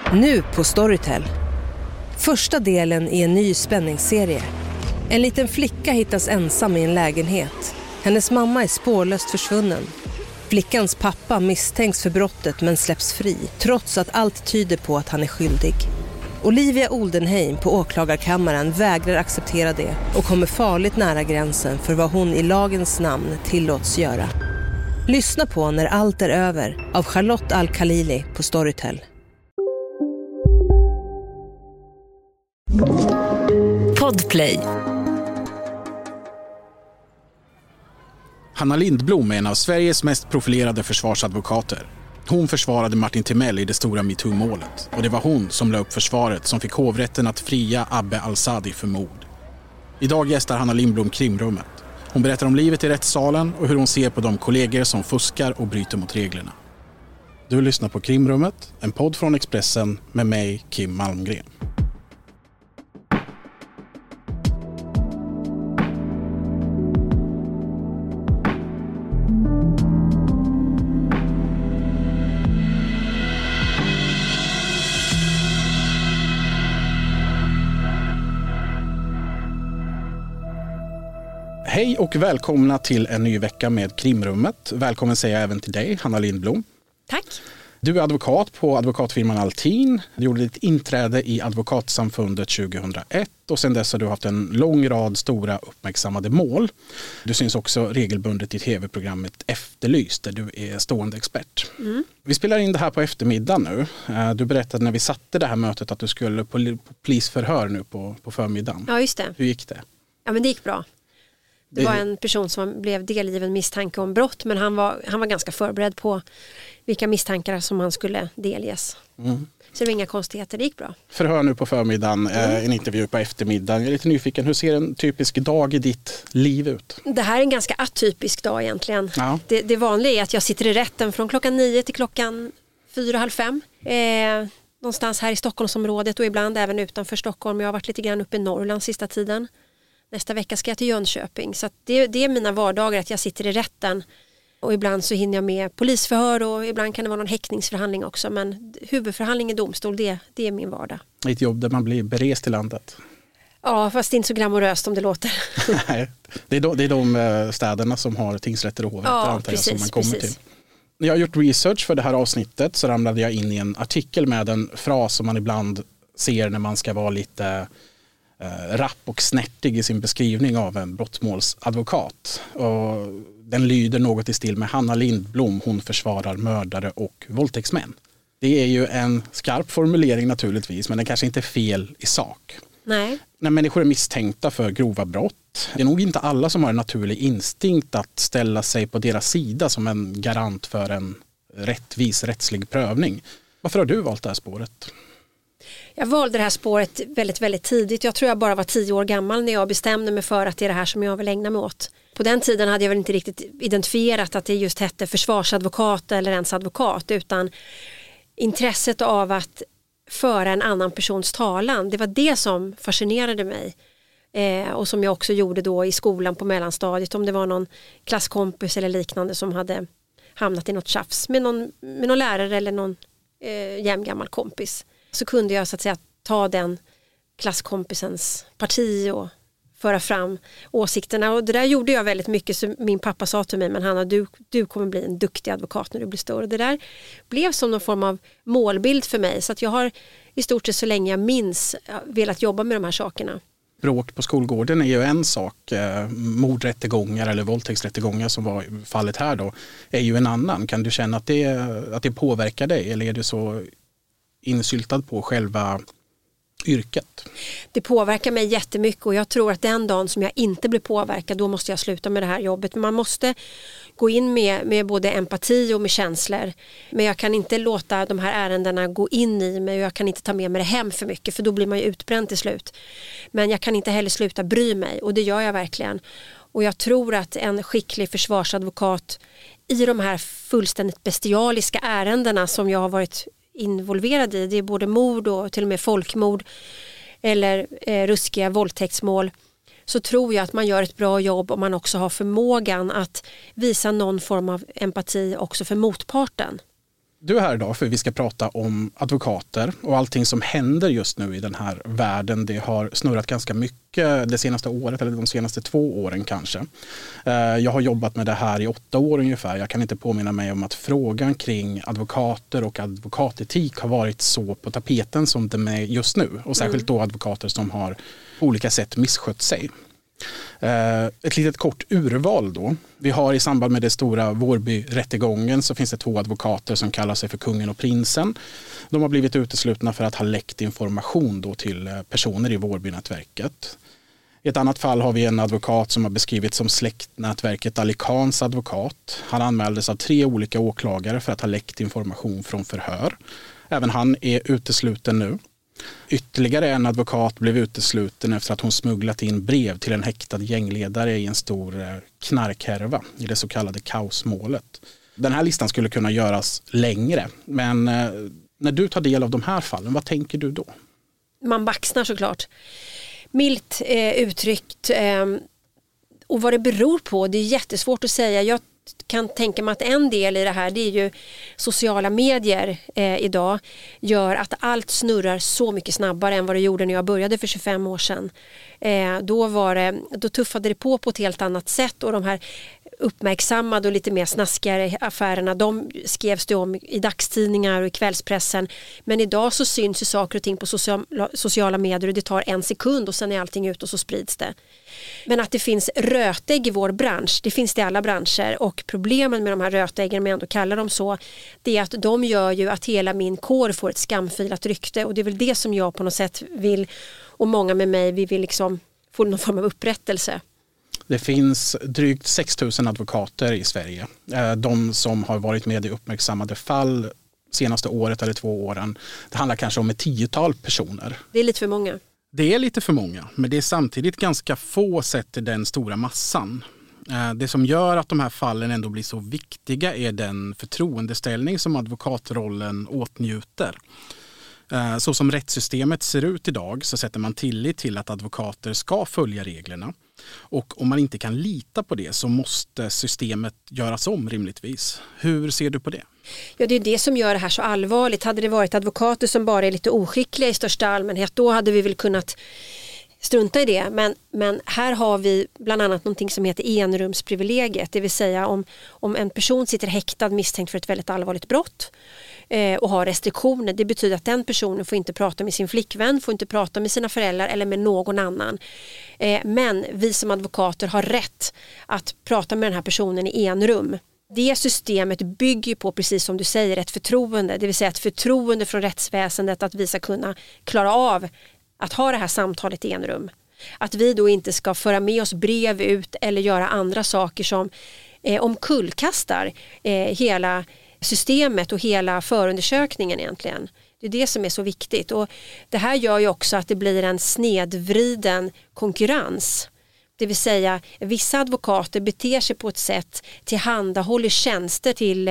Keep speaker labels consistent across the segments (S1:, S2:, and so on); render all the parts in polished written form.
S1: Nu på Storytel. Första delen i en ny spänningsserie. En liten flicka hittas ensam i en lägenhet. Hennes mamma är spårlöst försvunnen. Flickans pappa misstänks för brottet men släpps fri, trots att allt tyder på att han är skyldig. Olivia Oldenheim på åklagarkammaren vägrar acceptera det och kommer farligt nära gränsen för vad hon i lagens namn tillåts göra. Lyssna på När allt är över av Charlotte Al-Khalili på Storytel.
S2: Podplay.
S3: Hanna Lindblom är en av Sveriges mest profilerade försvarsadvokater. Hon försvarade Martin Timell i det stora MeToo-målet. Och det var hon som la upp försvaret som fick hovrätten att fria Abbe Al-Sadi för mord. Idag gästar Hanna Lindblom Krimrummet. Hon berättar om livet i rättssalen och hur hon ser på de kollegor som fuskar och bryter mot reglerna. Du lyssnar på Krimrummet, en podd från Expressen med mig, Kim Malmgren. Hej och välkomna till en ny vecka med Krimrummet. Välkommen säger jag även till dig, Hanna Lindblom.
S4: Tack.
S3: Du är advokat på advokatfirman Altin. Du gjorde ditt inträde i advokatsamfundet 2001 och sedan dess har du haft en lång rad stora uppmärksammade mål. Du syns också regelbundet i tv-programmet Efterlyst där du är stående expert. Vi spelar in det här på eftermiddag nu. Du berättade när vi satte det här mötet att du skulle på polisförhör nu på förmiddagen.
S4: Ja, just det.
S3: Hur gick det?
S4: Ja, men det gick bra. Det var en person som blev delgiven misstanke om brott, men han var ganska förberedd på vilka misstankar som han skulle delges. Så det var inga konstigheter, det gick bra. Förhör
S3: nu på förmiddagen, en intervju på eftermiddagen. Jag är lite nyfiken, hur ser en typisk dag i ditt liv ut?
S4: Det här är en ganska atypisk dag egentligen.
S3: Ja.
S4: Det vanliga är att jag sitter i rätten från klockan 9 till klockan 4:30. Någonstans här i Stockholmsområdet och ibland även utanför Stockholm. Jag har varit lite grann uppe i Norrland sista tiden. Nästa vecka ska jag till Jönköping. Så att det är mina vardagar att jag sitter i rätten. Och ibland så hinner jag med polisförhör och ibland kan det vara någon häktningsförhandling också. Men huvudförhandling i domstol, det är min vardag.
S3: Ett jobb där man blir berest i landet.
S4: Ja, fast inte så glamoröst om det låter.
S3: Nej, det är de städerna som har tingsrätter och hovrätter antar jag som man kommer till. När jag har gjort research för det här avsnittet så ramlade jag in i en artikel med en fras som man ibland ser när man ska vara lite rapp och snärtig i sin beskrivning av en brottmålsadvokat. Och den lyder något i stil med Hanna Lindblom, hon försvarar mördare och våldtäktsmän. Det är ju en skarp formulering naturligtvis, men den kanske inte är fel i sak.
S4: Nej.
S3: När människor är misstänkta för grova brott, det är nog inte alla som har en naturlig instinkt att ställa sig på deras sida som en garant för en rättvis rättslig prövning. Varför har du valt det här spåret?
S4: Jag valde det här spåret väldigt, väldigt tidigt. Jag tror jag bara var 10 år gammal när jag bestämde mig för att det är det här som jag vill ägna mig åt. På den tiden hade jag väl inte riktigt identifierat att det just hette försvarsadvokat eller ens advokat, utan intresset av att föra en annan persons talan. Det var det som fascinerade mig. Och som jag också gjorde då i skolan på mellanstadiet. Om det var någon klasskompis eller liknande som hade hamnat i något tjafs med någon lärare eller någon jämngammal kompis. Så kunde jag så att säga ta den klasskompisens parti och föra fram åsikterna. Och det där gjorde jag väldigt mycket. Så min pappa sa till mig, men Hanna, du kommer bli en duktig advokat när du blir stor. Och det där blev som någon form av målbild för mig. Så att jag har i stort sett så länge jag minns velat jobba med de här sakerna.
S3: Bråk på skolgården är ju en sak. Mordrättegångar eller våldtäktsrättegångar som var fallet här då är ju en annan. Kan du känna att det påverkar dig eller är du så insyltad på själva yrket?
S4: Det påverkar mig jättemycket och jag tror att den dagen som jag inte blir påverkad, då måste jag sluta med det här jobbet. Man måste gå in med både empati och med känslor. Men jag kan inte låta de här ärendena gå in i mig och jag kan inte ta med mig det hem för mycket för då blir man ju utbränd till slut. Men jag kan inte heller sluta bry mig och det gör jag verkligen. Och jag tror att en skicklig försvarsadvokat i de här fullständigt bestialiska ärendena som jag har varit involverad i, det är både mord och till och med folkmord eller ruskiga våldtäktsmål, så tror jag att man gör ett bra jobb om man också har förmågan att visa någon form av empati också för motparten.
S3: Du är här idag för vi ska prata om advokater och allting som händer just nu i den här världen. Det har snurrat ganska mycket det senaste året, eller de senaste 2 åren kanske. Jag har jobbat med det här i 8 år ungefär. Jag kan inte påminna mig om att frågan kring advokater och advokatetik har varit så på tapeten som den är just nu. Och särskilt då advokater som har på olika sätt misskött sig. Ett litet kort urval då. Vi har i samband med det stora Vårby-rättegången så finns det 2 advokater som kallar sig för kungen och prinsen. De har blivit uteslutna för att ha läckt information då till personer i Vårbynätverket. I ett annat fall har vi en advokat som har beskrivits som släktnätverket Ali Khans advokat. Han anmäldes av 3 olika åklagare för att ha läckt information från förhör. Även han är utesluten nu. Ytterligare en advokat blev utesluten efter att hon smugglat in brev till en häktad gängledare i en stor knarkhärva i det så kallade kaosmålet. Den här listan skulle kunna göras längre, men när du tar del av de här fallen, vad tänker du då?
S4: Man baxnar såklart. Milt uttryckt. Och vad det beror på, det är jättesvårt att säga. Jag kan tänka mig att en del i det här, det är ju sociala medier idag gör att allt snurrar så mycket snabbare än vad det gjorde när jag började för 25 år sedan. Då tuffade det på ett helt annat sätt och de här uppmärksammade och lite mer snaskigare affärerna, de skrevs det om i dagstidningar och i kvällspressen. Men idag så syns ju saker och ting på sociala medier och det tar 1 sekund och sen är allting ut och så sprids det. Men att det finns rötägg i vår bransch, det finns det i alla branscher, och problemen med de här rötäggen, om jag ändå kallar dem så, det är att de gör ju att hela min kår får ett skamfilat rykte, och det är väl det som jag på något sätt vill, och många med mig, vi vill liksom få någon form av upprättelse.
S3: Det finns drygt 6 000 advokater i Sverige. De som har varit med i uppmärksammade fall senaste året eller 2 åren. Det handlar kanske om ett 10-tal personer.
S4: Det är lite för många.
S3: Det är lite för många, men det är samtidigt ganska få sett till den stora massan. Det som gör att de här fallen ändå blir så viktiga är den förtroendeställning som advokatrollen åtnjuter. Så som rättssystemet ser ut idag så sätter man tillit till att advokater ska följa reglerna. Och om man inte kan lita på det så måste systemet göras om rimligtvis. Hur ser du på det?
S4: Ja, det är det som gör det här så allvarligt. Hade det varit advokater som bara är lite oskickliga i största allmänhet, då hade vi väl kunnat strunta i det. Men här har vi bland annat någonting som heter enrumsprivilegiet. Det vill säga om en person sitter häktad misstänkt för ett väldigt allvarligt brott och har restriktioner. Det betyder att den personen får inte prata med sin flickvän, får inte prata med sina föräldrar eller med någon annan. Men vi som advokater har rätt att prata med den här personen i enrum. Det systemet bygger på, precis som du säger, ett förtroende. Det vill säga ett förtroende från rättsväsendet att vi ska kunna klara av att ha det här samtalet i enrum. Att vi då inte ska föra med oss brev ut eller göra andra saker som omkullkastar hela systemet och hela förundersökningen egentligen. Det är det som är så viktigt. Och det här gör ju också att det blir en snedvriden konkurrens. Det vill säga vissa advokater beter sig på ett sätt, tillhandahåller tjänster till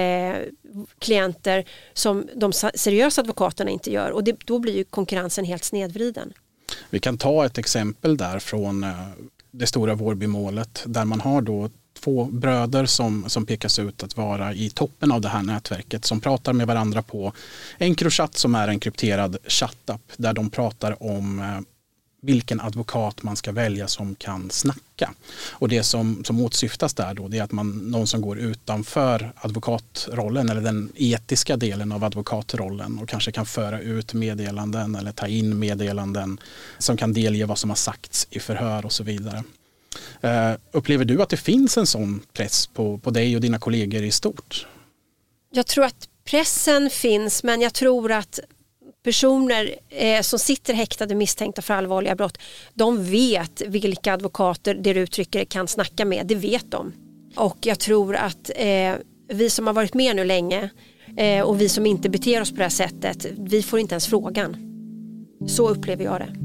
S4: klienter som de seriösa advokaterna inte gör. Och då blir ju konkurrensen helt snedvriden.
S3: Vi kan ta ett exempel där från det stora Vårbymålet där man har då 2 bröder som pekas ut att vara i toppen av det här nätverket som pratar med varandra på Encrochat som är en krypterad chattapp där de pratar om vilken advokat man ska välja som kan snacka. Och det som åtsyftas där då, det är att någon som går utanför advokatrollen eller den etiska delen av advokatrollen och kanske kan föra ut meddelanden eller ta in meddelanden som kan delge vad som har sagts i förhör och så vidare. Upplever du att det finns en sån press på dig och dina kollegor i stort? Jag
S4: tror att pressen finns, men jag tror att personer som sitter häktade misstänkta för allvarliga brott, de vet vilka advokater det du uttrycker kan snacka med, det vet de. Och jag tror att vi som har varit med nu länge och vi som inte beter oss på det här sättet, vi får inte ens frågan. Så upplever jag det.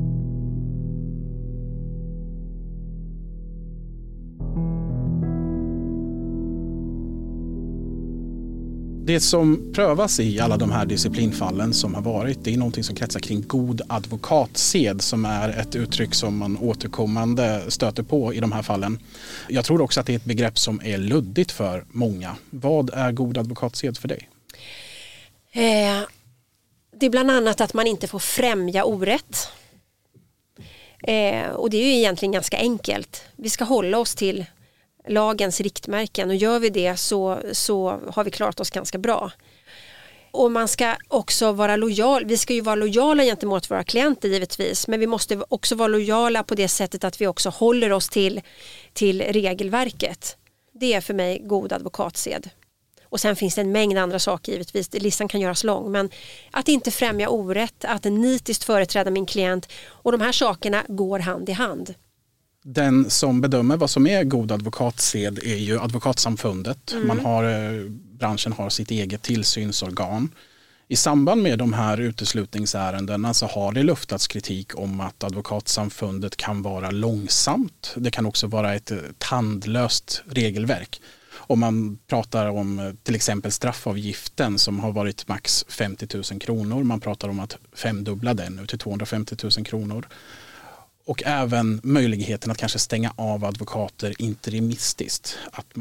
S3: Det som prövas i alla de här disciplinfallen som har varit, det är någonting som kretsar kring god advokatsed som är ett uttryck som man återkommande stöter på i de här fallen. Jag tror också att det är ett begrepp som är luddigt för många. Vad är god advokatsed för dig?
S4: Det är bland annat att man inte får främja orätt. Och det är ju egentligen ganska enkelt. Vi ska hålla oss till lagens riktmärken och gör vi det så har vi klarat oss ganska bra. Och man ska också vara lojal. Vi ska ju vara lojala gentemot våra klienter givetvis, men vi måste också vara lojala på det sättet att vi också håller oss till regelverket. Det är för mig god advokatsed. Och sen finns det en mängd andra saker givetvis. Listan kan göras lång, men att inte främja orätt, att nitiskt företräda min klient, och de här sakerna går hand i hand.
S3: Den som bedömer vad som är god advokatsed är ju Advokatsamfundet. Branschen har sitt eget tillsynsorgan. I samband med de här uteslutningsärendena så har det luftats kritik om att Advokatsamfundet kan vara långsamt. Det kan också vara ett tandlöst regelverk. Om man pratar om till exempel straffavgiften som har varit max 50 000 kronor. Man pratar om att femdubbla den nu till 250 000 kronor. Och även möjligheten att kanske stänga av advokater interimistiskt. Att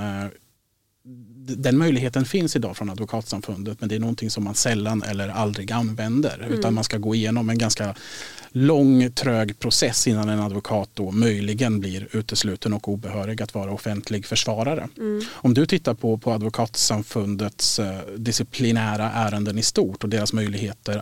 S3: den möjligheten finns idag från Advokatsamfundet, men det är någonting som man sällan eller aldrig använder. Utan man ska gå igenom en ganska lång, trög process innan en advokat då möjligen blir utesluten och obehörig att vara offentlig försvarare. Om du tittar på Advokatsamfundets disciplinära ärenden i stort och deras möjligheter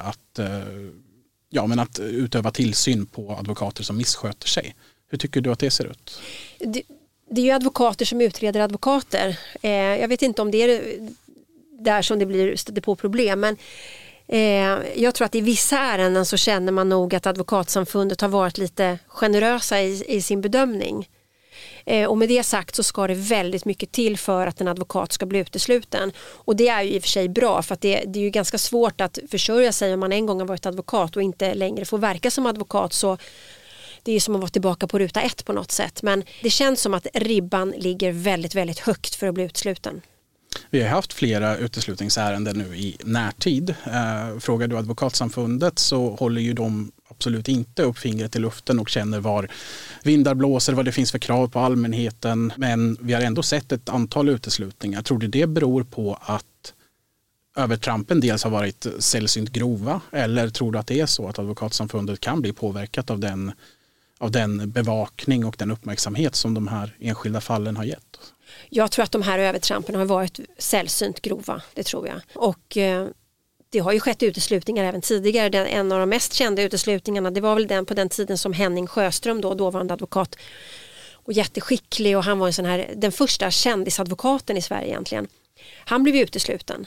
S3: att utöva tillsyn på advokater som missköter sig. Hur tycker du att det ser ut?
S4: Det är ju advokater som utreder advokater. Jag vet inte om det är där som det blir på problem, men jag tror att i vissa ärenden så känner man nog att Advokatsamfundet har varit lite generösa i sin bedömning. Och med det sagt så ska det väldigt mycket till för att en advokat ska bli utesluten. Och det är ju i och för sig bra, för att det är ju ganska svårt att försörja sig om man en gång har varit advokat och inte längre får verka som advokat, så det är ju som att vara tillbaka på ruta 1 på något sätt. Men det känns som att ribban ligger väldigt, väldigt högt för att bli utesluten.
S3: Vi har haft flera uteslutningsärenden nu i närtid. Frågar du Advokatsamfundet så håller ju de absolut inte upp fingret i luften och känner var vindar blåser, vad det finns för krav på allmänheten. Men vi har ändå sett ett antal uteslutningar. Tror du det beror på att övertrampen dels har varit sällsynt grova, eller tror du att det är så att Advokatsamfundet kan bli påverkat av den bevakning och den uppmärksamhet som de här enskilda fallen har gett?
S4: Jag tror att de här övertrampen har varit sällsynt grova, det tror jag. Och det har ju skett uteslutningar även tidigare. En av de mest kända uteslutningarna, det var väl på den tiden som Henning Sjöström, dåvarande advokat och jätteskicklig, och han var den första kändisadvokaten i Sverige egentligen. Han blev utesluten.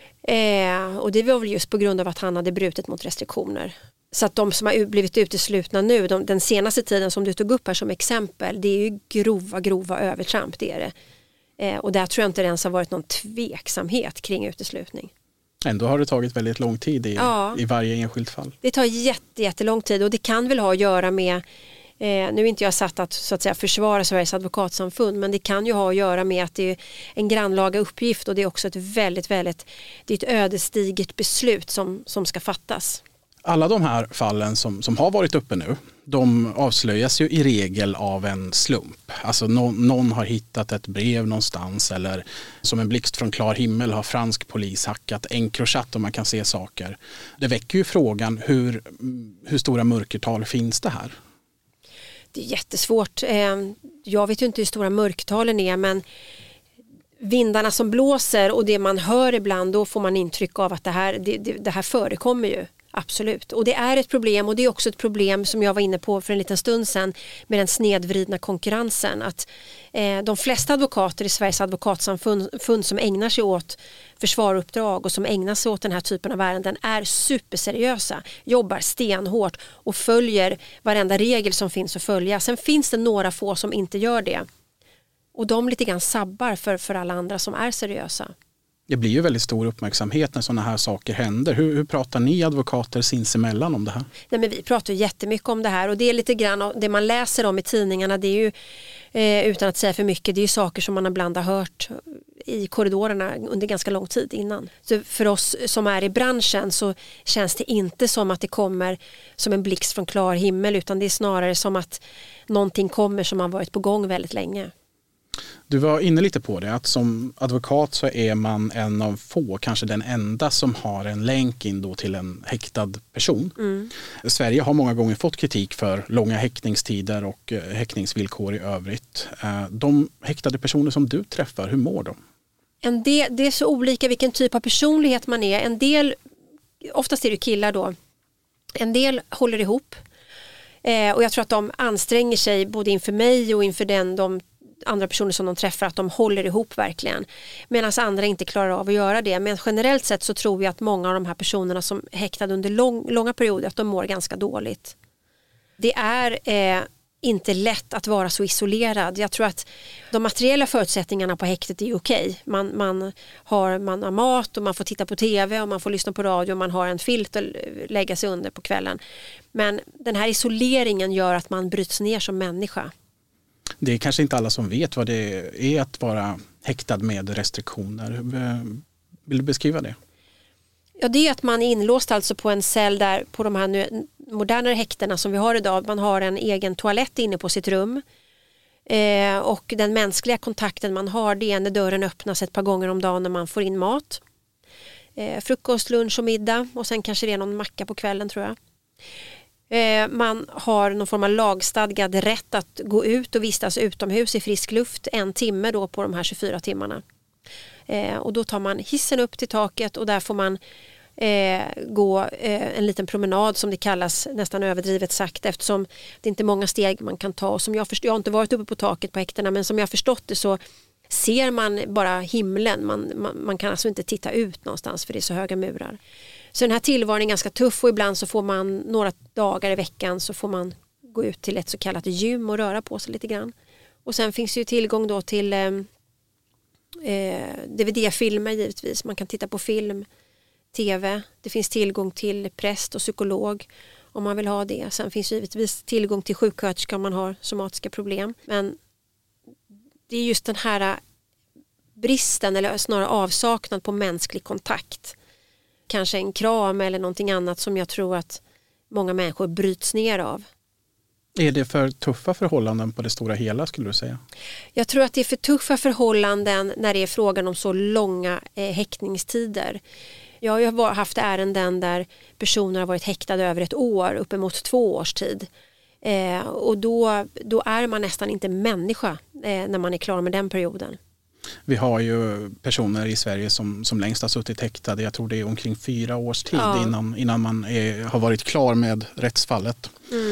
S4: Och det var väl just på grund av att han hade brutit mot restriktioner. Så att de som har blivit uteslutna nu, den senaste tiden som du tog upp här som exempel, det är ju grova övertramp, det är det. Och där tror jag inte det ens har varit någon tveksamhet kring uteslutning.
S3: Ändå har det tagit väldigt lång tid i varje enskilt fall. Det
S4: tar jättelång tid, och det kan väl ha att göra med, nu är inte jag satt att, så att säga, försvara Sveriges advokatsamfund, men det kan ju ha att göra med att det är en grannlaga uppgift, och det är också ett det är ett ödesdigert beslut som ska fattas.
S3: Alla de här fallen som har varit uppe nu, de avslöjas ju i regel av en slump. Alltså någon har hittat ett brev någonstans, eller som en blixt från klar himmel har fransk polis hackat Encrochat och man kan se saker. Det väcker ju frågan, hur stora mörkertal finns det här?
S4: Det är jättesvårt. Jag vet ju inte hur stora mörkertalen är, men vindarna som blåser och det man hör ibland, då får man intryck av att det här förekommer ju. Absolut. Och det är ett problem, och det är också ett problem som jag var inne på för en liten stund sedan med den snedvridna konkurrensen. Att de flesta advokater i Sveriges advokatsamfund som ägnar sig åt försvaruppdrag och som ägnar sig åt den här typen av ärenden är superseriösa, jobbar stenhårt och följer varenda regel som finns att följa. Sen finns det några få som inte gör det. Och de lite grann sabbar för alla andra som är seriösa.
S3: Det blir ju väldigt stor uppmärksamhet när sådana här saker händer. Hur pratar ni advokater sinsemellan om det här? Nej, men
S4: vi pratar jättemycket om det här, och det är lite grann det man läser om i tidningarna. Det är ju, utan att säga för mycket, det är ju saker som man ibland har hört i korridorerna under ganska lång tid innan. Så för oss som är i branschen så känns det inte som att det kommer som en blixt från klar himmel, utan det är snarare som att någonting kommer som har varit på gång väldigt länge.
S3: Du var inne lite på det, att som advokat så är man en av få, kanske den enda som har en länk in då till en häktad person. Sverige har många gånger fått kritik för långa häktningstider och häktningsvillkor i övrigt. De häktade personer som du träffar, hur mår de?
S4: Det är så olika vilken typ av personlighet man är. En del, oftast är det killar då, en del håller ihop. Och jag tror att de anstränger sig både inför mig och inför de andra personer som de träffar, att de håller ihop verkligen. Medan andra inte klarar av att göra det. Men generellt sett så tror jag att många av de här personerna som häktade under långa perioder, att de mår ganska dåligt. Det är inte lätt att vara så isolerad. Jag tror att de materiella förutsättningarna på häktet är okej. Man har mat och man får titta på tv och man får lyssna på radio och man har en filt att lägga sig under på kvällen. Men den här isoleringen gör att man bryts ner som människa.
S3: Det är kanske inte alla som vet vad det är att vara häktad med restriktioner. Vill du beskriva det?
S4: Ja, det är att man är inlåst alltså på en cell där på de här modernare häktena som vi har idag. Man har en egen toalett inne på sitt rum. Och den mänskliga kontakten man har, det är när dörren öppnas ett par gånger om dagen när man får in mat. Frukost, lunch och middag. Och sen kanske det är någon macka på kvällen, tror jag. Man har någon form av lagstadgad rätt att gå ut och vistas utomhus i frisk luft 1 timme då på de här 24 timmarna. Och då tar man hissen upp till taket och där får man gå en liten promenad som det kallas, nästan överdrivet sagt, eftersom det inte är många steg man kan ta. Och som jag har inte varit uppe på taket på häktena, men som jag har förstått det så ser man bara himlen. Man kan alltså inte titta ut någonstans för det är så höga murar. Så den här tillvaron är ganska tuff och ibland så får man några dagar i veckan så får man gå ut till ett så kallat gym och röra på sig lite grann. Och sen finns ju tillgång då till DVD-filmer givetvis. Man kan titta på film, tv. Det finns tillgång till präst och psykolog om man vill ha det. Sen finns givetvis tillgång till sjuksköterska om man har somatiska problem. Men det är just den här bristen eller snarare avsaknad på mänsklig kontakt. Kanske en kram eller någonting annat som jag tror att många människor bryts ner av.
S3: Är det för tuffa förhållanden på det stora hela, skulle du säga?
S4: Jag tror att det är för tuffa förhållanden när det är frågan om så långa häktningstider. Jag har haft ärenden där personer har varit häktade över 1 år, uppemot 2 års tid. Och då är man nästan inte människa när man är klar med den perioden.
S3: Vi har ju personer i Sverige som längst har suttit häktade. Jag tror det är omkring 4 års tid innan man har varit klar med rättsfallet.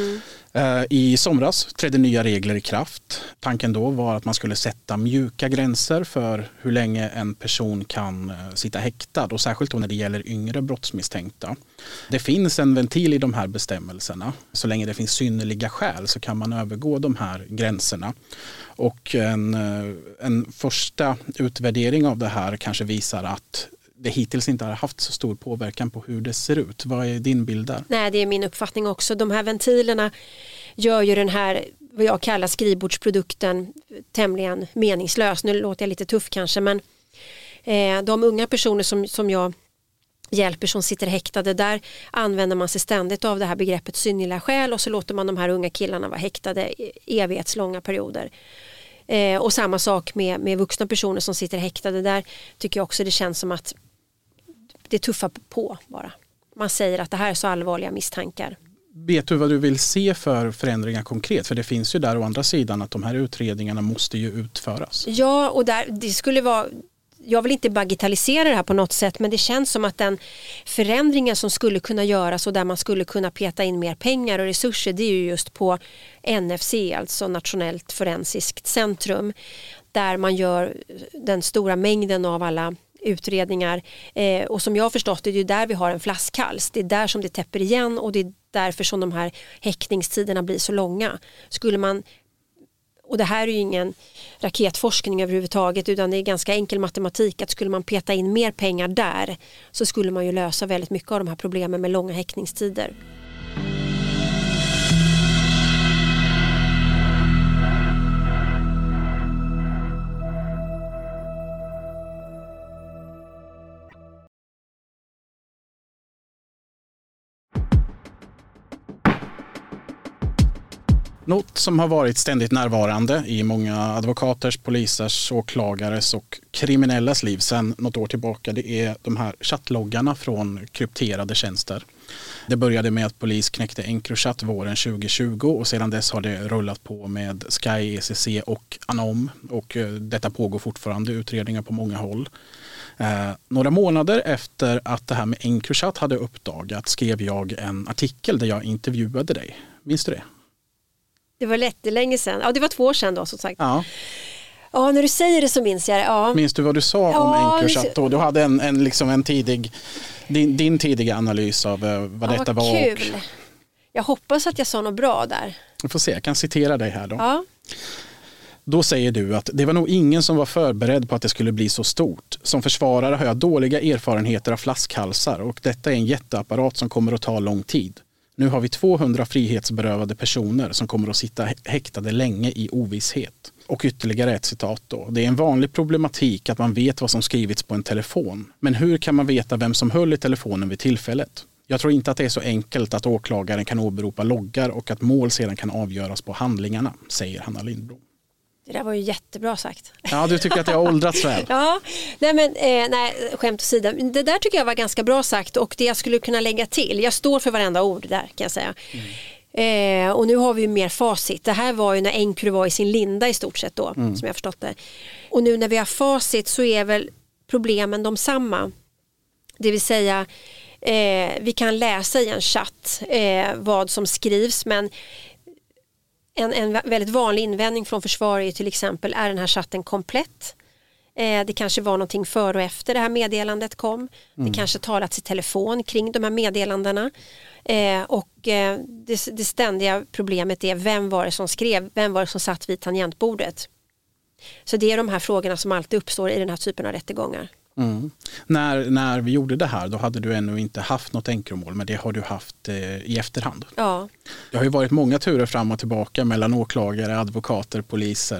S3: I somras trädde nya regler i kraft. Tanken då var att man skulle sätta mjuka gränser för hur länge en person kan sitta häktad och särskilt då när det gäller yngre brottsmisstänkta. Det finns en ventil i de här bestämmelserna. Så länge det finns synnerliga skäl så kan man övergå de här gränserna. Och en första utvärdering av det här kanske visar att det hittills inte har haft så stor påverkan på hur det ser ut. Vad är din bild där? Nej,
S4: det är min uppfattning också. De här ventilerna gör ju den här, vad jag kallar skrivbordsprodukten, tämligen meningslös. Nu låter jag lite tuff kanske, men de unga personer som jag hjälper som sitter häktade, där använder man sig ständigt av det här begreppet synnerliga skäl och så låter man de här unga killarna vara häktade evighetslånga perioder. Och samma sak med vuxna personer som sitter häktade. Där tycker jag också det känns som att det tuffar på bara. Man säger att det här är så allvarliga misstankar.
S3: Vet du vad du vill se för förändringar konkret? För det finns ju där å andra sidan att de här utredningarna måste ju utföras.
S4: Ja, och det skulle vara... Jag vill inte bagatellisera det här på något sätt, men det känns som att den förändringen som skulle kunna göras och där man skulle kunna peta in mer pengar och resurser, det är ju just på NFC, alltså Nationellt forensiskt centrum, där man gör den stora mängden av alla utredningar. Och som jag har förstått det är där vi har en flaskhals. Det är där som det täpper igen och det är därför som de här häktningstiderna blir så långa. Och det här är ju ingen raketforskning överhuvudtaget utan det är ganska enkel matematik att skulle man peta in mer pengar där så skulle man ju lösa väldigt mycket av de här problemen med långa häktningstider.
S3: Något som har varit ständigt närvarande i många advokaters, polisers, åklagares och kriminellas liv sedan något år tillbaka, det är de här chattloggarna från krypterade tjänster. Det började med att polis knäckte Encrochat våren 2020 och sedan dess har det rullat på med Sky, ECC och Anom och detta pågår fortfarande, utredningar på många håll. Några månader efter att det här med Encrochat hade uppdagats skrev jag en artikel där jag intervjuade dig. Minns du det?
S4: Det var länge sedan. Ja, det var 2 år sedan då som sagt.
S3: Ja.
S4: Ja, när du säger det så minns jag det. Ja.
S3: Minns du vad du sa om Encrochat då? Du hade en tidig, din tidiga analys av vad detta var.
S4: Kul. Och... Jag hoppas att jag sa något bra där.
S3: Vi får se, jag kan citera dig här då.
S4: Ja.
S3: Då säger du att det var nog ingen som var förberedd på att det skulle bli så stort. Som försvarare har jag dåliga erfarenheter av flaskhalsar och detta är en jätteapparat som kommer att ta lång tid. Nu har vi 200 frihetsberövade personer som kommer att sitta häktade länge i ovisshet. Och ytterligare ett citat då. Det är en vanlig problematik att man vet vad som skrivits på en telefon. Men hur kan man veta vem som höll i telefonen vid tillfället? Jag tror inte att det är så enkelt att åklagaren kan åberopa loggar och att mål sedan kan avgöras på handlingarna, säger Hanna Lindblom.
S4: Det där var ju jättebra sagt.
S3: Ja, du tycker att jag har åldrats väl.
S4: Ja, nej, skämt åsido. Det där tycker jag var ganska bra sagt och det jag skulle kunna lägga till. Jag står för varenda ord där kan jag säga. Och nu har vi ju mer facit. Det här var ju när Encro var i sin linda i stort sett då, som jag förstått det. Och nu när vi har facit så är väl problemen de samma. Det vill säga, vi kan läsa i en chatt vad som skrivs, men en väldigt vanlig invändning från försvaret är till exempel, är den här chatten komplett? Det kanske var någonting före och efter det här meddelandet kom. Det kanske talats i telefon kring de här meddelandena. Och det ständiga problemet är, vem var det som skrev? Vem var det som satt vid tangentbordet? Så det är de här frågorna som alltid uppstår i den här typen av rättegångar.
S3: När vi gjorde det här, då hade du ännu inte haft något Encromål, men det har du haft i efterhand.
S4: Ja.
S3: Det har ju varit många turer fram och tillbaka mellan åklagare, advokater, poliser.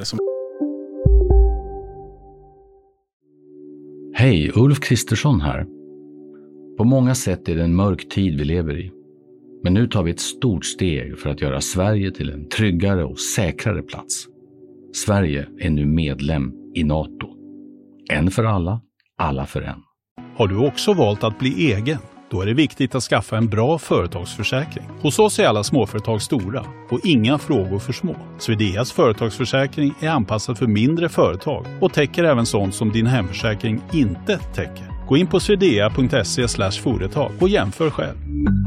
S5: Hej, Ulf Kristersson här. På många sätt är det en mörk tid vi lever i. Men nu tar vi ett stort steg för att göra Sverige till en tryggare och säkrare plats. Sverige är nu medlem i NATO. En för alla, alla för en.
S6: Har du också valt att bli egen? Då är det viktigt att skaffa en bra företagsförsäkring. Hos oss är alla småföretag stora och inga frågor för små. Swedeas företagsförsäkring är anpassad för mindre företag och täcker även sånt som din hemförsäkring inte täcker. Gå in på swedea.se/företag och jämför själv.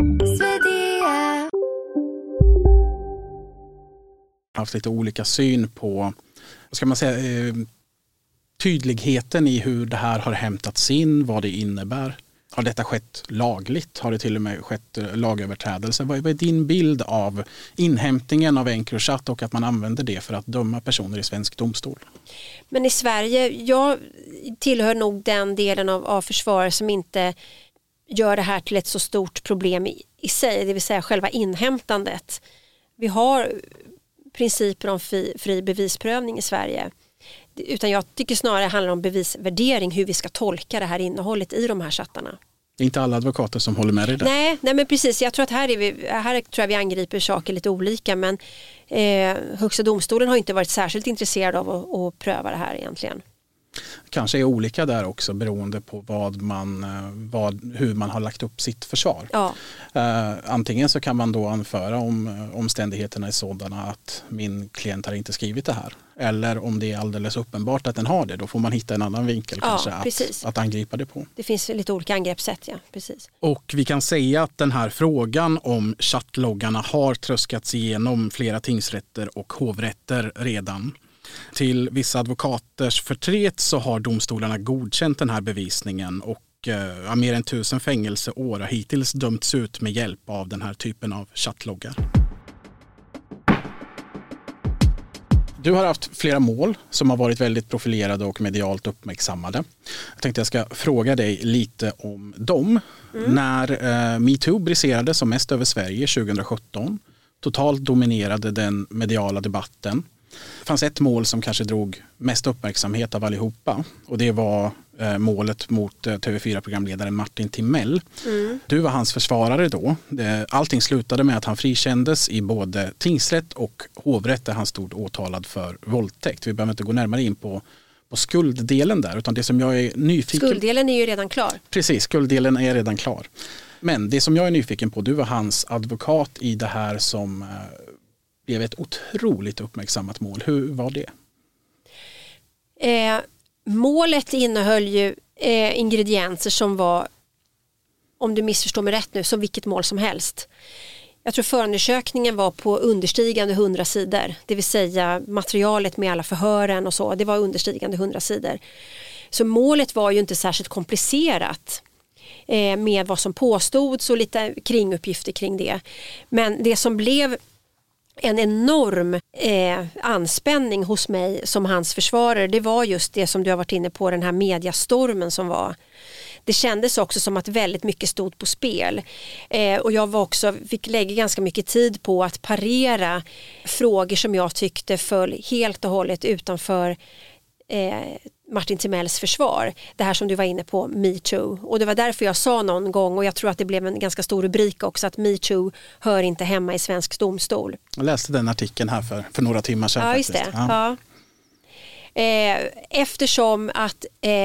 S3: Jag har haft lite olika syn på, vad ska man säga, tydligheten i hur det här har hämtats in, vad det innebär. Har detta skett lagligt? Har det till och med skett lagöverträdelse? Vad är din bild av inhämtningen av Encrochat och att man använder det för att döma personer i svensk domstol?
S4: Men i Sverige, jag tillhör nog den delen av försvaret som inte gör det här till ett så stort problem i sig, det vill säga själva inhämtandet. Vi har principer om fri bevisprövning i Sverige. Utan jag tycker snarare det handlar om bevisvärdering, hur vi ska tolka det här innehållet i de här chattarna.
S3: Det är inte alla advokater som håller med dig där. Nej,
S4: men precis. Jag tror att här tror jag vi angriper saker lite olika, men Högsta domstolen har inte varit särskilt intresserad av att pröva det här egentligen.
S3: Kanske är olika där också beroende på hur man har lagt upp sitt försvar.
S4: Ja.
S3: Antingen så kan man då anföra om omständigheterna är sådana att min klient har inte skrivit det här. Eller om det är alldeles uppenbart att den har det, då får man hitta en annan vinkel kanske att angripa det på.
S4: Det finns lite olika angreppssätt, ja, precis.
S3: Och vi kan säga att den här frågan om chattloggarna har tröskats igenom flera tingsrätter och hovrätter redan. Till vissa advokaters förtret så har domstolarna godkänt den här bevisningen och mer än 1000 fängelseår har hittills dömts ut med hjälp av den här typen av chattloggar. Du har haft flera mål som har varit väldigt profilerade och medialt uppmärksammade. Jag tänkte jag ska fråga dig lite om dem. När MeToo briserade som mest över Sverige 2017, totalt dominerade den mediala debatten. Det fanns ett mål som kanske drog mest uppmärksamhet av allihopa och det var målet mot TV4-programledaren Martin Timell. Du var hans försvarare då. Allting slutade med att han frikändes i både tingsrätt och hovrätt där han stod åtalad för våldtäkt. Vi behöver inte gå närmare in på skulddelen där, utan det som jag är nyfiken...
S4: Skulddelen är ju redan klar.
S3: Precis, skulddelen är redan klar. Men det som jag är nyfiken på, du var hans advokat i det här som blev ett otroligt uppmärksammat mål. Hur var det?
S4: Målet innehöll ju ingredienser som var, om du missförstår mig rätt nu, som vilket mål som helst. Jag tror förundersökningen var på understigande 100 sidor. Det vill säga materialet med alla förhören och så. Det var understigande 100 sidor. Så målet var ju inte särskilt komplicerat med vad som påstods och lite kringuppgifter kring det. Men det som blev en enorm anspänning hos mig som hans försvarare, det var just det som du har varit inne på, den här mediastormen som var. Det kändes också som att väldigt mycket stod på spel. Och jag fick lägga ganska mycket tid på att parera frågor som jag tyckte föll helt och hållet utanför Martin Timells försvar. Det här som du var inne på, Me Too. Och det var därför jag sa någon gång, och jag tror att det blev en ganska stor rubrik också, att Me Too hör inte hemma i svensk domstol.
S3: Jag läste den artikeln här för några timmar sedan.
S4: Ja, just det. Ja. Eftersom att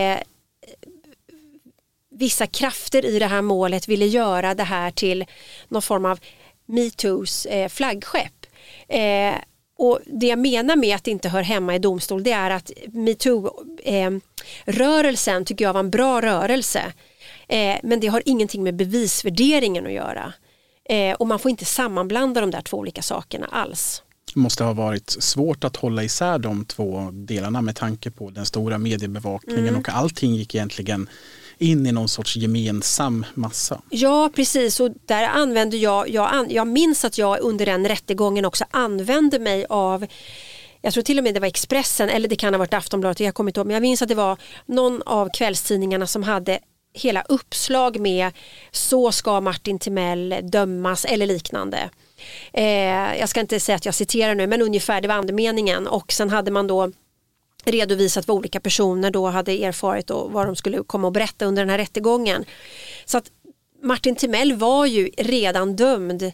S4: vissa krafter i det här målet ville göra det här till någon form av Me Toos flaggskepp. Och det jag menar med att det inte hör hemma i domstol, det är att MeToo-rörelsen tycker jag var en bra rörelse. Men det har ingenting med bevisvärderingen att göra. Och man får inte sammanblanda de där två olika sakerna alls.
S3: Det måste ha varit svårt att hålla isär de två delarna med tanke på den stora mediebevakningen och allting gick egentligen in i någon sorts gemensam massa. Ja,
S4: precis. Och där använde jag minns att jag under den rättegången också använde mig av, jag tror till och med det var Expressen, eller det kan ha varit Aftonbladet, jag kommer inte ihåg, men jag minns att det var någon av kvällstidningarna som hade hela uppslag med så ska Martin Timell dömas eller liknande. Jag ska inte säga att jag citerar nu, men ungefär det var andemeningen, och sen hade man då redovisat vad olika personer då hade erfarit och vad de skulle komma och berätta under den här rättegången. Så att Martin Timell var ju redan dömd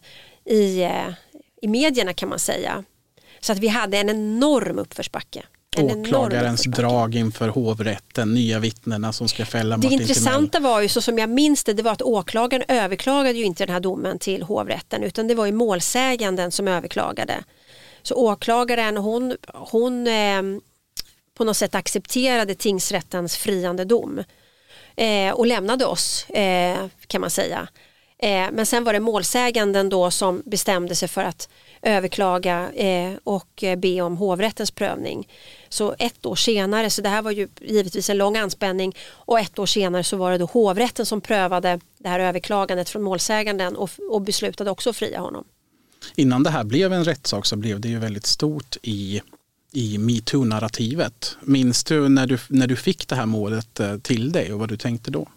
S4: i medierna, kan man säga. Så att vi hade en enorm uppförsbacke.
S3: Åklagarens drag inför hovrätten, nya vittnena som ska fälla Martin Timell.
S4: Det intressanta var ju, så som jag minns det var att åklagaren överklagade ju inte den här domen till hovrätten, utan det var ju målsäganden som överklagade. Så åklagaren, hon på något sätt accepterade tingsrättens friande dom och lämnade oss, kan man säga. Men sen var det målsäganden då som bestämde sig för att överklaga och be om hovrättens prövning. Så 1 år senare, så det här var ju givetvis en lång anspänning, och 1 år senare så var det då hovrätten som prövade det här överklagandet från målsäganden och beslutade också att fria honom.
S3: Innan det här blev en rättssak så blev det ju väldigt stort i MeToo-narrativet. Minns du när du fick det här målet till dig och vad du tänkte då?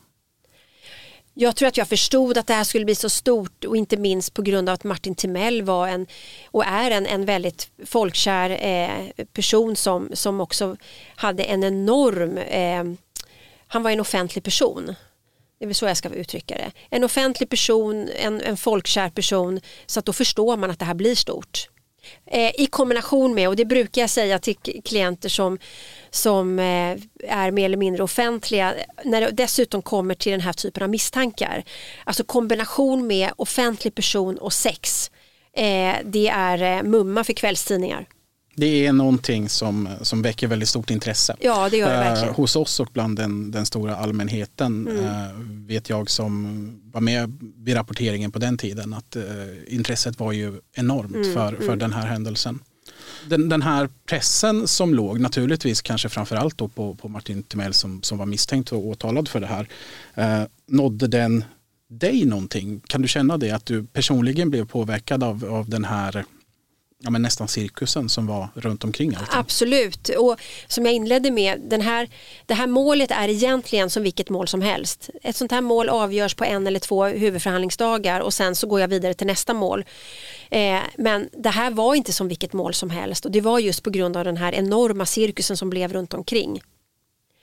S4: Jag tror att jag förstod att det här skulle bli så stort, och inte minst på grund av att Martin Timell var en väldigt folkkär person som också hade en enorm, han var en offentlig person. Det är väl så jag ska uttrycka det. En offentlig person, en folkkär person, så att då förstår man att det här blir stort. I kombination med, och det brukar jag säga till klienter som är mer eller mindre offentliga, när det dessutom kommer till den här typen av misstankar, alltså kombination med offentlig person och sex, det är mumma för kvällstidningar.
S3: Det är någonting som väcker väldigt stort intresse.
S4: Ja, det gör det verkligen.
S3: Hos oss och bland den stora allmänheten vet jag som var med vid rapporteringen på den tiden att intresset var ju enormt för den här händelsen. Den här pressen som låg, naturligtvis kanske framförallt då på Martin Timell som var misstänkt och åtalad för det här, nådde den dig någonting? Kan du känna det, att du personligen blev påverkad av den här men nästan cirkusen som var runt omkring allt?
S4: Absolut, och som jag inledde med, det här målet är egentligen som vilket mål som helst. Ett sånt här mål avgörs på 1 eller 2 huvudförhandlingsdagar och sen så går jag vidare till nästa mål. Men det här var inte som vilket mål som helst, och det var just på grund av den här enorma cirkusen som blev runt omkring.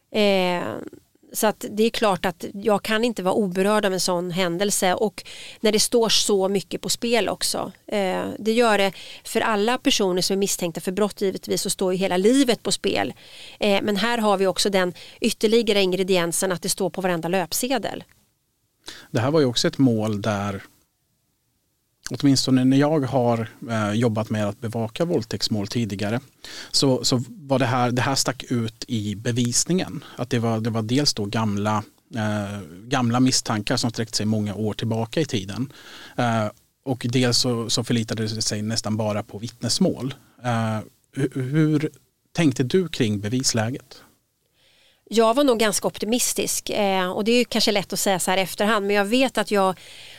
S4: Så att det är klart att jag kan inte vara oberörd av en sån händelse, och när det står så mycket på spel också. Det gör det för alla personer som är misstänkta för brott, givetvis, så står ju hela livet på spel. Men här har vi också den ytterligare ingrediensen att det står på varenda löpsedel.
S3: Det här var ju också ett mål där, åtminstone när jag har jobbat med att bevaka våldtäktsmål tidigare, så var det här stack ut i bevisningen. Att det var dels då gamla misstankar som sträckte sig många år tillbaka i tiden. Och dels så förlitade det sig nästan bara på vittnesmål. Hur tänkte du kring bevisläget?
S4: Jag var nog ganska optimistisk, och det är ju kanske lätt att säga så här i efterhand, men jag vet att jag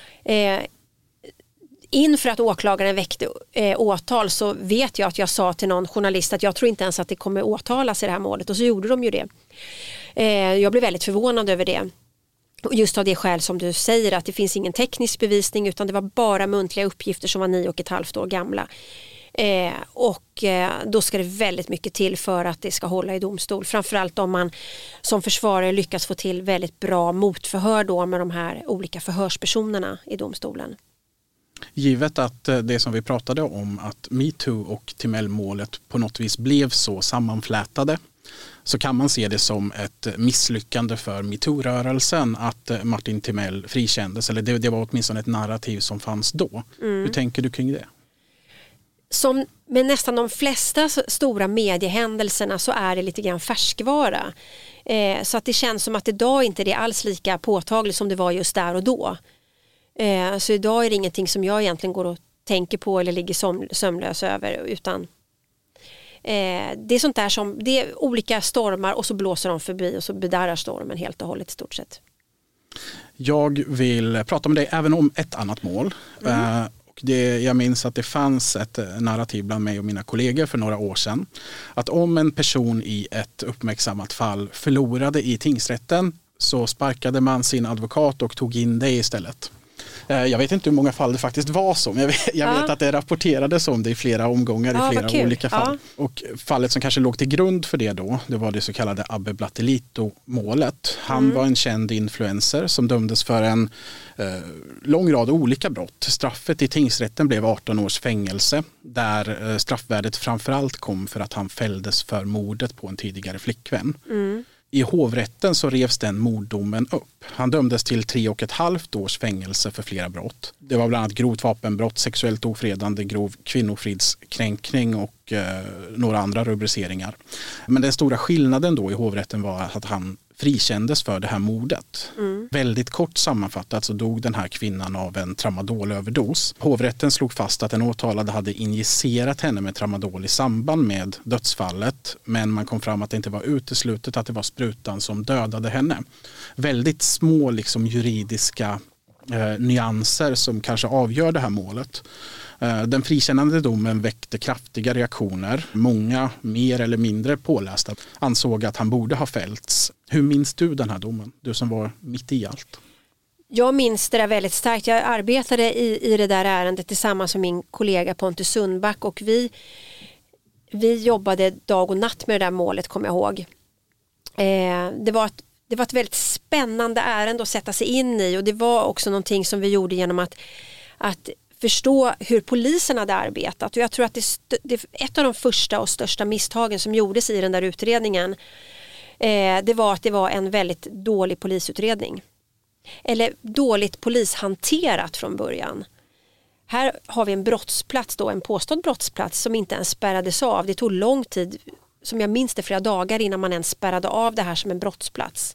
S4: inför att åklagaren väckte åtal, så vet jag att jag sa till någon journalist att jag tror inte ens att det kommer åtalas i det här målet, och så gjorde de ju det. Jag blev väldigt förvånad över det. Just av det skäl som du säger, att det finns ingen teknisk bevisning, utan det var bara muntliga uppgifter som var 9,5 år gamla. Och då ska det väldigt mycket till för att det ska hålla i domstol. Framförallt om man som försvarare lyckas få till väldigt bra motförhör då med de här olika förhörspersonerna i domstolen.
S3: Givet att det som vi pratade om, att MeToo och Timell-målet på något vis blev så sammanflätade, så kan man se det som ett misslyckande för MeToo-rörelsen att Martin Timell frikändes. Eller det var åtminstone ett narrativ som fanns då. Hur tänker du kring det?
S4: Som med nästan de flesta stora mediehändelserna så är det lite grann färskvara. Så att det känns som att idag inte det är alls lika påtagligt som det var just där och då. Så idag är det ingenting som jag egentligen går och tänker på eller ligger sömnlös över, utan det är sånt där som, det är olika stormar och så blåser de förbi och så bedarrar stormen helt och hållet i stort sett.
S3: Jag vill prata med dig även om ett annat mål. Jag minns att det fanns ett narrativ bland mig och mina kollegor för några år sedan, att om en person i ett uppmärksammat fall förlorade i tingsrätten, så sparkade man sin advokat och tog in det istället. Jag vet inte hur många fall det faktiskt var så, men jag vet att det rapporterades om det i flera omgångar, i flera olika fall. Och fallet som kanske låg till grund för det då, det var det så kallade Abbe Blattelito-målet. Han var en känd influencer som dömdes för en lång rad olika brott. Straffet i tingsrätten blev 18 års fängelse, där straffvärdet framförallt kom för att han fälldes för mordet på en tidigare flickvän. I hovrätten så revs den morddomen upp. Han dömdes till 3,5 års fängelse för flera brott. Det var bland annat grovt vapenbrott, sexuellt ofredande, grov kvinnofridskränkning och några andra rubriceringar. Men den stora skillnaden då i hovrätten var att han frikändes för det här mordet. Väldigt kort sammanfattat så dog den här kvinnan av en tramadolöverdos. Hovrätten slog fast att den åtalade hade injicerat henne med tramadol i samband med dödsfallet, men man kom fram att det inte var uteslutet att det var sprutan som dödade henne. Väldigt små juridiska nyanser som kanske avgör det här målet. Den frikännande domen väckte kraftiga reaktioner. Många, mer eller mindre pålästa, ansåg att han borde ha fällts. Hur minns du den här domen? Du som var mitt i allt.
S4: Jag minns det där väldigt starkt. Jag arbetade i det där ärendet tillsammans med min kollega Pontus Sundback, och vi jobbade dag och natt med det där målet, kommer jag ihåg. Det var ett väldigt spännande ärende att sätta sig in i, och det var också någonting som vi gjorde genom att förstå hur polisen hade arbetat. Och jag tror att det ett av de första och största misstagen som gjordes i den där utredningen, det var att det var en väldigt dålig polisutredning. Eller dåligt polishanterat från början. Här har vi en brottsplats då, en påstådd brottsplats som inte ens spärrades av. Det tog lång tid, som jag minns det, flera dagar innan man ens spärrade av det här som en brottsplats.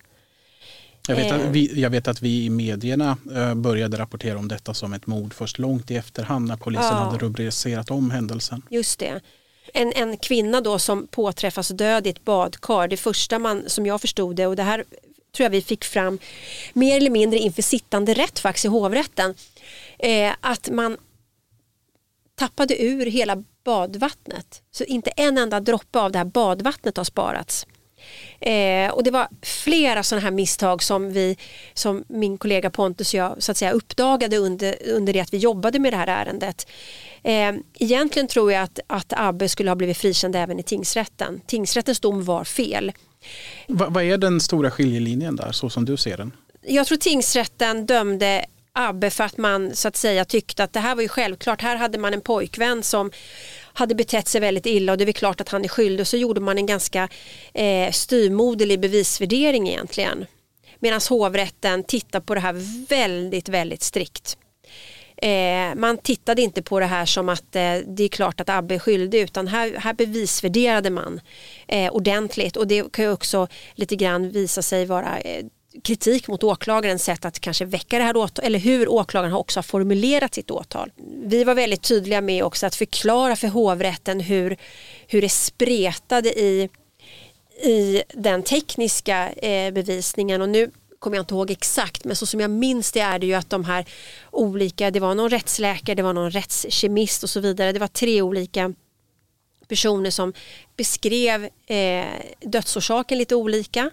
S3: Jag vet att vi i medierna började rapportera om detta som ett mord först långt i efterhand när polisen hade rubricerat om händelsen.
S4: Just det. En kvinna då som påträffas död i ett badkar, det första som jag förstod det, och det här tror jag vi fick fram mer eller mindre inför sittande rätt faktiskt i hovrätten, att man tappade ur hela badvattnet. Så inte en enda droppe av det här badvattnet har sparats. Och det var flera sådana här misstag som min kollega Pontus och jag så att säga uppdagade under det att vi jobbade med det här ärendet. Egentligen tror jag att Abbe skulle ha blivit frikänd även i tingsrätten. Tingsrättens dom var fel.
S3: Vad är den stora skiljelinjen där, så som du ser den?
S4: Jag tror tingsrätten dömde Abbe för att man så att säga tyckte att det här var ju självklart. Här hade man en pojkvän som hade betett sig väldigt illa och det är väl klart att han är skyldig. Och så gjorde man en ganska styrmoderlig bevisvärdering egentligen. Medan hovrätten tittar på det här väldigt, väldigt strikt. Man tittade inte på det här som att det är klart att Abbe är skyldig, utan här bevisvärderade man ordentligt. Och det kan ju också lite grann visa sig vara kritik mot åklagarens sätt att kanske väcka det här åtal, eller hur åklagaren också har formulerat sitt åtal. Vi var väldigt tydliga med också att förklara för hovrätten hur det spretade i den tekniska bevisningen. Och nu kommer jag inte ihåg exakt, men så som jag minns det är det ju att de här olika, det var någon rättsläkare, det var någon rättskemist och så vidare. Det var 3 olika personer som beskrev dödsorsaken lite olika.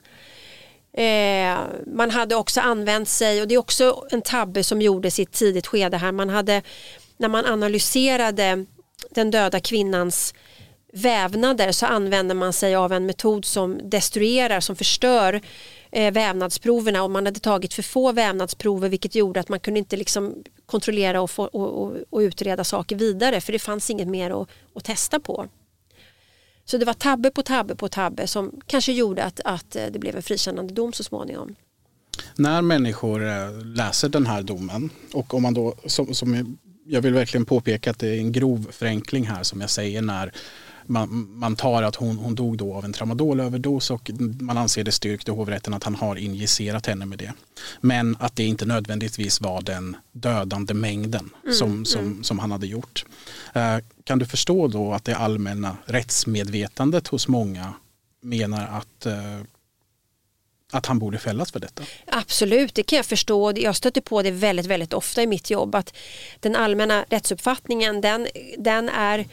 S4: Man hade också använt sig, och det är också en tabbe som gjordes i ett tidigt skede här, när man analyserade den döda kvinnans vävnader så använder man sig av en metod som destruerar, som förstör vävnadsproverna, och man hade tagit för få vävnadsprover, vilket gjorde att man kunde inte liksom kontrollera och utreda saker vidare, för det fanns inget mer att testa på. Så det var tabbe på tabbe på tabbe som kanske gjorde att det blev en frikännande dom så småningom.
S3: När människor läser den här domen, och om man då, som jag vill verkligen påpeka att det är en grov förenkling här som jag säger, när man tar att hon dog då av en tramadolöverdos och man anser det styrkt i hovrätten att han har injicerat henne med det. Men att det inte nödvändigtvis var den dödande mängden som han hade gjort. Kan du förstå då att det allmänna rättsmedvetandet hos många menar att han borde fällas för detta? Absolut,
S4: det kan jag förstå. Jag stöter på det väldigt, väldigt ofta i mitt jobb, att den allmänna rättsuppfattningen den är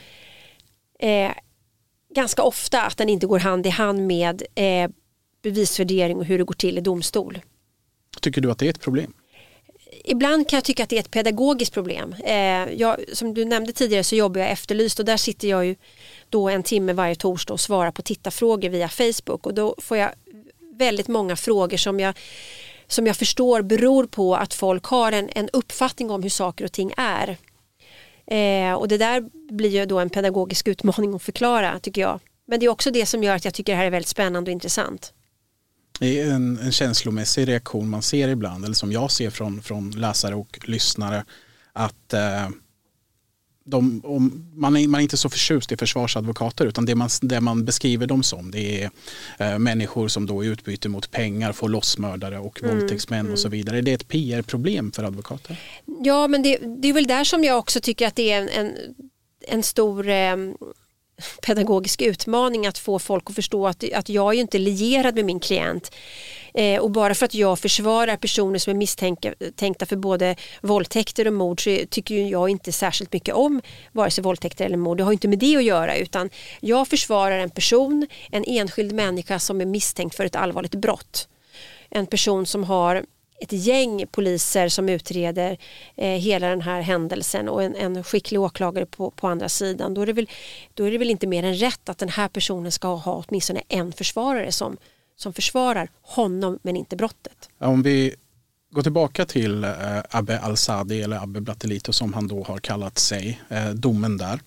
S4: ganska ofta att den inte går hand i hand med bevisvärdering och hur det går till i domstol.
S3: Tycker du att det är ett problem?
S4: Ibland kan jag tycka att det är ett pedagogiskt problem. Som du nämnde tidigare så jobbar jag Efterlyst, och där sitter jag ju då 1 timme varje torsdag och svarar på tittarfrågor via Facebook, och då får jag väldigt många frågor som jag förstår beror på att folk har en uppfattning om hur saker och ting är. Och det där blir ju då en pedagogisk utmaning att förklara, tycker jag. Men det är också det som gör att jag tycker det här är väldigt spännande och intressant.
S3: Det är en känslomässig reaktion man ser ibland, eller som jag ser från läsare och lyssnare, att man är inte så förtjust i försvarsadvokater, utan det man beskriver dem som, det är människor som då i utbyte mot pengar får lossmördare och våldtäktsmän och så vidare. Är det ett PR-problem för advokater? Ja, men det är väl där som jag också tycker att det är en stor pedagogisk utmaning att få folk att förstå att jag är ju inte lierad med min klient. Och bara för att jag försvarar personer som är misstänkta för både våldtäkter och mord, så tycker jag inte särskilt mycket om vare sig våldtäkter eller mord. Det har inte med det att göra, utan jag försvarar en person, en enskild människa som är misstänkt för ett allvarligt brott. En person som har ett gäng poliser som utreder hela den här händelsen och en skicklig åklagare på andra sidan. Då är det väl inte mer än rätt att den här personen ska ha åtminstone en försvarare som försvarar honom men inte brottet. Om vi går tillbaka till Abbe Al-Sadi, eller Abbe Blattelito som han då har kallat sig, domen där.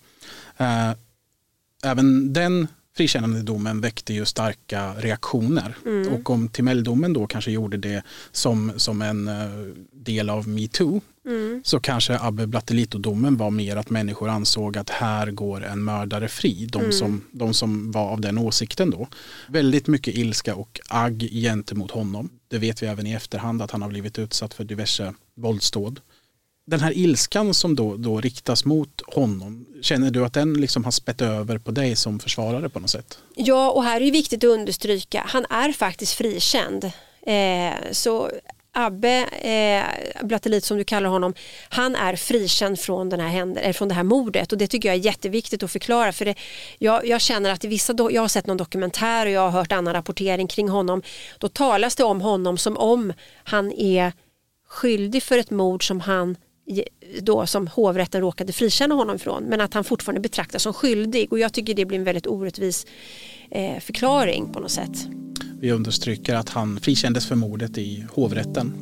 S3: Även den frikännande domen väckte ju starka reaktioner. Och om Timell-domen då kanske gjorde det som en del av MeToo, så kanske Abbe Blattelito-domen var mer att människor ansåg att här går en mördare fri. De som var av den åsikten då. Väldigt mycket ilska och agg gentemot honom. Det vet vi även i efterhand att han har blivit utsatt för diverse våldsdåd. Den här ilskan som då riktas mot honom, känner du att den liksom har spett över på dig som försvarare på något sätt? Ja, och här är det viktigt att understryka, han är faktiskt frikänd. Så Abbe Blattelito, som du kallar honom, han är frikänd från den här från det här mordet, och det tycker jag är jätteviktigt att förklara, för jag känner att jag har sett någon dokumentär och jag har hört annan rapportering kring honom. Då talas det om honom som om han är skyldig för ett mord som han då som hovrätten råkade frikänna honom från, men att han fortfarande betraktas som skyldig, och jag tycker det blir en väldigt orättvis förklaring på något sätt. Vi understryker att han frikändes för mordet i hovrätten.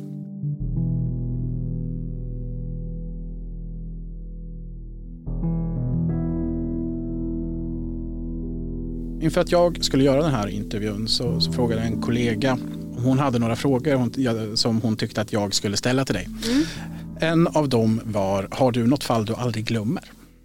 S3: Inför att jag skulle göra den här intervjun så frågade en kollega om hon hade några frågor som hon tyckte att jag skulle ställa till dig. En av dem var, har du något fall du aldrig glömmer?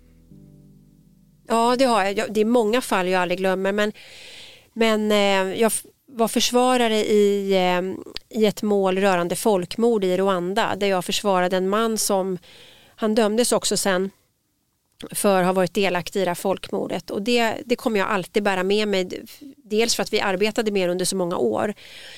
S4: Ja, det har jag. Det är många fall jag aldrig glömmer, men jag var försvarare i ett mål rörande folkmord i Rwanda, där jag försvarade en man som, han dömdes också sen för att ha varit delaktig i det här folkmordet, och det kommer jag alltid bära med mig, dels för att vi arbetade med under så många år,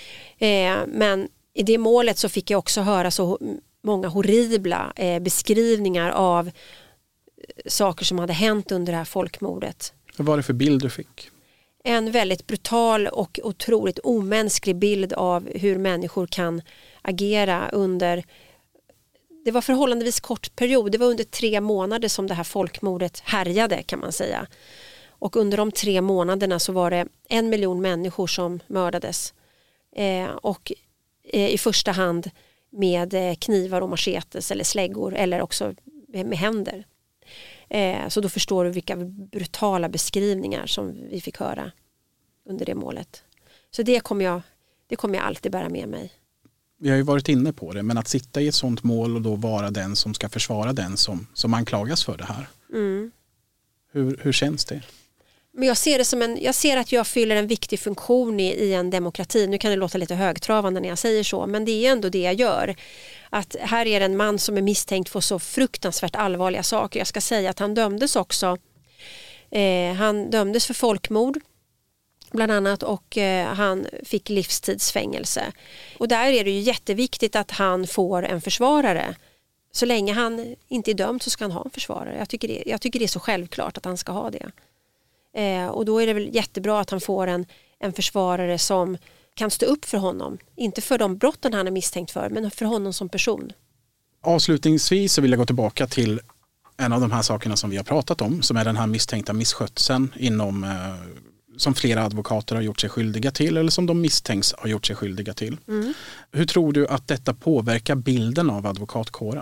S4: men i det målet så fick jag också höra så många horribla beskrivningar av saker som hade hänt under det här folkmordet.
S3: Vad var det för bild du fick?
S4: En väldigt brutal och otroligt omänsklig bild av hur människor kan agera under, det var förhållandevis kort period, det var under 3 månader som det här folkmordet härjade, kan man säga. Och under de 3 månaderna så var det 1 miljon människor som mördades. Och i första hand med knivar och machetes eller släggor, eller också med händer. Så då förstår du vilka brutala beskrivningar som vi fick höra under det målet. Så det kommer jag alltid bära med mig.
S3: Vi har ju varit inne på det, men att sitta i ett sånt mål och då vara den som ska försvara den som anklagas för det här. Hur känns det?
S4: Men jag ser att jag fyller en viktig funktion i en demokrati. Nu kan det låta lite högtravande när jag säger så, men det är ändå det jag gör. Att här är en man som är misstänkt för så fruktansvärt allvarliga saker. Jag ska säga att han dömdes också. Han dömdes för folkmord bland annat, och han fick livstidsfängelse. Och där är det ju jätteviktigt att han får en försvarare. Så länge han inte är dömd så ska han ha en försvarare. Jag tycker det är så självklart att han ska ha det. Och då är det väl jättebra att han får en försvarare som kan stå upp för honom. Inte för de brotten han är misstänkt för, men för honom som person.
S3: Avslutningsvis så vill jag gå tillbaka till en av de här sakerna som vi har pratat om, som är den här misstänkta misskötseln som flera advokater har gjort sig skyldiga till, eller som de misstänks ha gjort sig skyldiga till. Hur tror du att detta påverkar bilden av advokatkåren?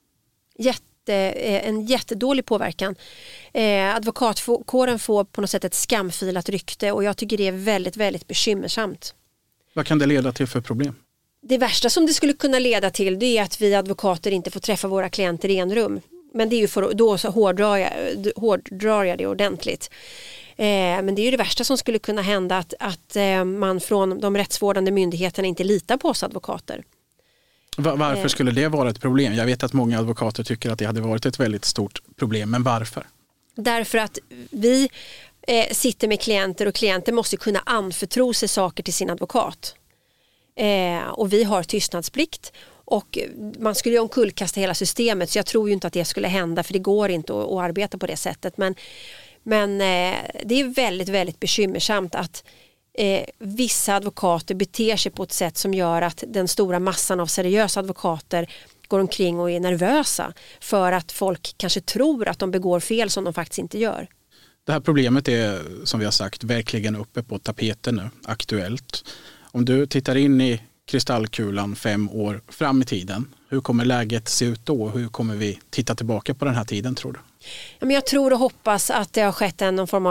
S4: En jättedålig påverkan. Advokatkåren får på något sätt ett skamfilat rykte, och jag tycker det är väldigt, väldigt bekymmersamt. Vad kan
S3: det leda till för problem?
S4: Det värsta som det skulle kunna leda till, det är att vi advokater inte får träffa våra klienter i en rum. Men det är ju då så hårdrar jag det ordentligt. Men det är ju det värsta som skulle kunna hända, att man från de rättsvårdande myndigheterna inte litar på oss advokater.
S3: Varför skulle det vara ett problem? Jag vet att många advokater tycker att det hade varit ett väldigt stort problem, men varför?
S4: Därför att vi sitter med klienter, och klienter måste kunna anförtro sig saker till sin advokat. Och vi har tystnadsplikt, och man skulle ju omkullkasta hela systemet, så jag tror ju inte att det skulle hända, för det går inte att arbeta på det sättet. Men det är väldigt, väldigt bekymmersamt att vissa advokater beter sig på ett sätt som gör att den stora massan av seriösa advokater går omkring och är nervösa för att folk kanske tror att de begår fel som de faktiskt inte gör.
S3: Det här problemet är, som vi har sagt, verkligen uppe på tapeten nu, aktuellt. Om du tittar in i kristallkulan 5 år fram i tiden, hur kommer läget se ut då? Hur kommer vi titta tillbaka på den här tiden, tror du?
S4: Ja, men jag tror och hoppas att det har skett någon form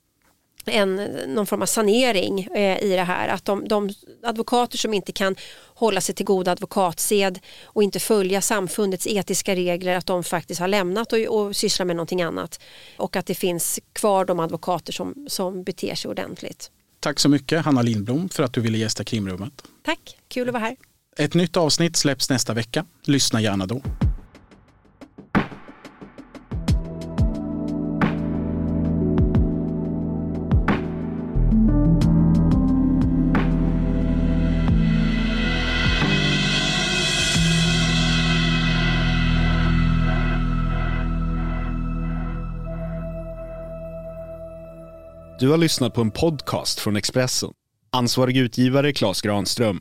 S4: av sanering i det här. Att de advokater som inte kan hålla sig till god advokatsed och inte följa samfundets etiska regler, att de faktiskt har lämnat och sysslar med någonting annat. Och att det finns kvar de advokater som beter sig ordentligt.
S3: Tack så mycket, Hanna Lindblom, för att du ville gästa Krimrummet.
S4: Tack, kul att vara här.
S3: Ett nytt avsnitt släpps nästa vecka. Lyssna gärna då.
S7: Du har lyssnat på en podcast från Expressen. Ansvarig utgivare Claes Granström.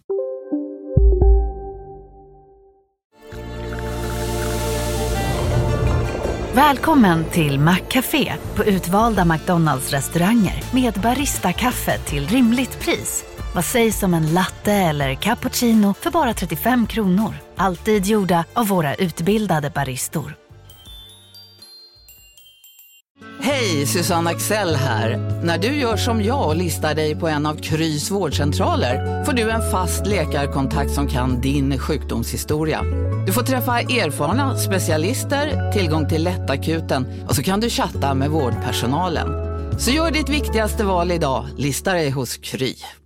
S2: Välkommen till McCafé på utvalda McDonalds restauranger med Barista-kaffe till rimligt pris. Vad sägs om en latte eller cappuccino för bara 35 kronor? Alltid gjorda av våra utbildade baristor.
S8: Hej, Susanne Axel här. När du gör som jag och listar dig på en av Krys vårdcentraler får du en fast läkarkontakt som kan din sjukdomshistoria. Du får träffa erfarna specialister, tillgång till lättakuten och så kan du chatta med vårdpersonalen. Så gör ditt viktigaste val idag, lista dig hos Kry.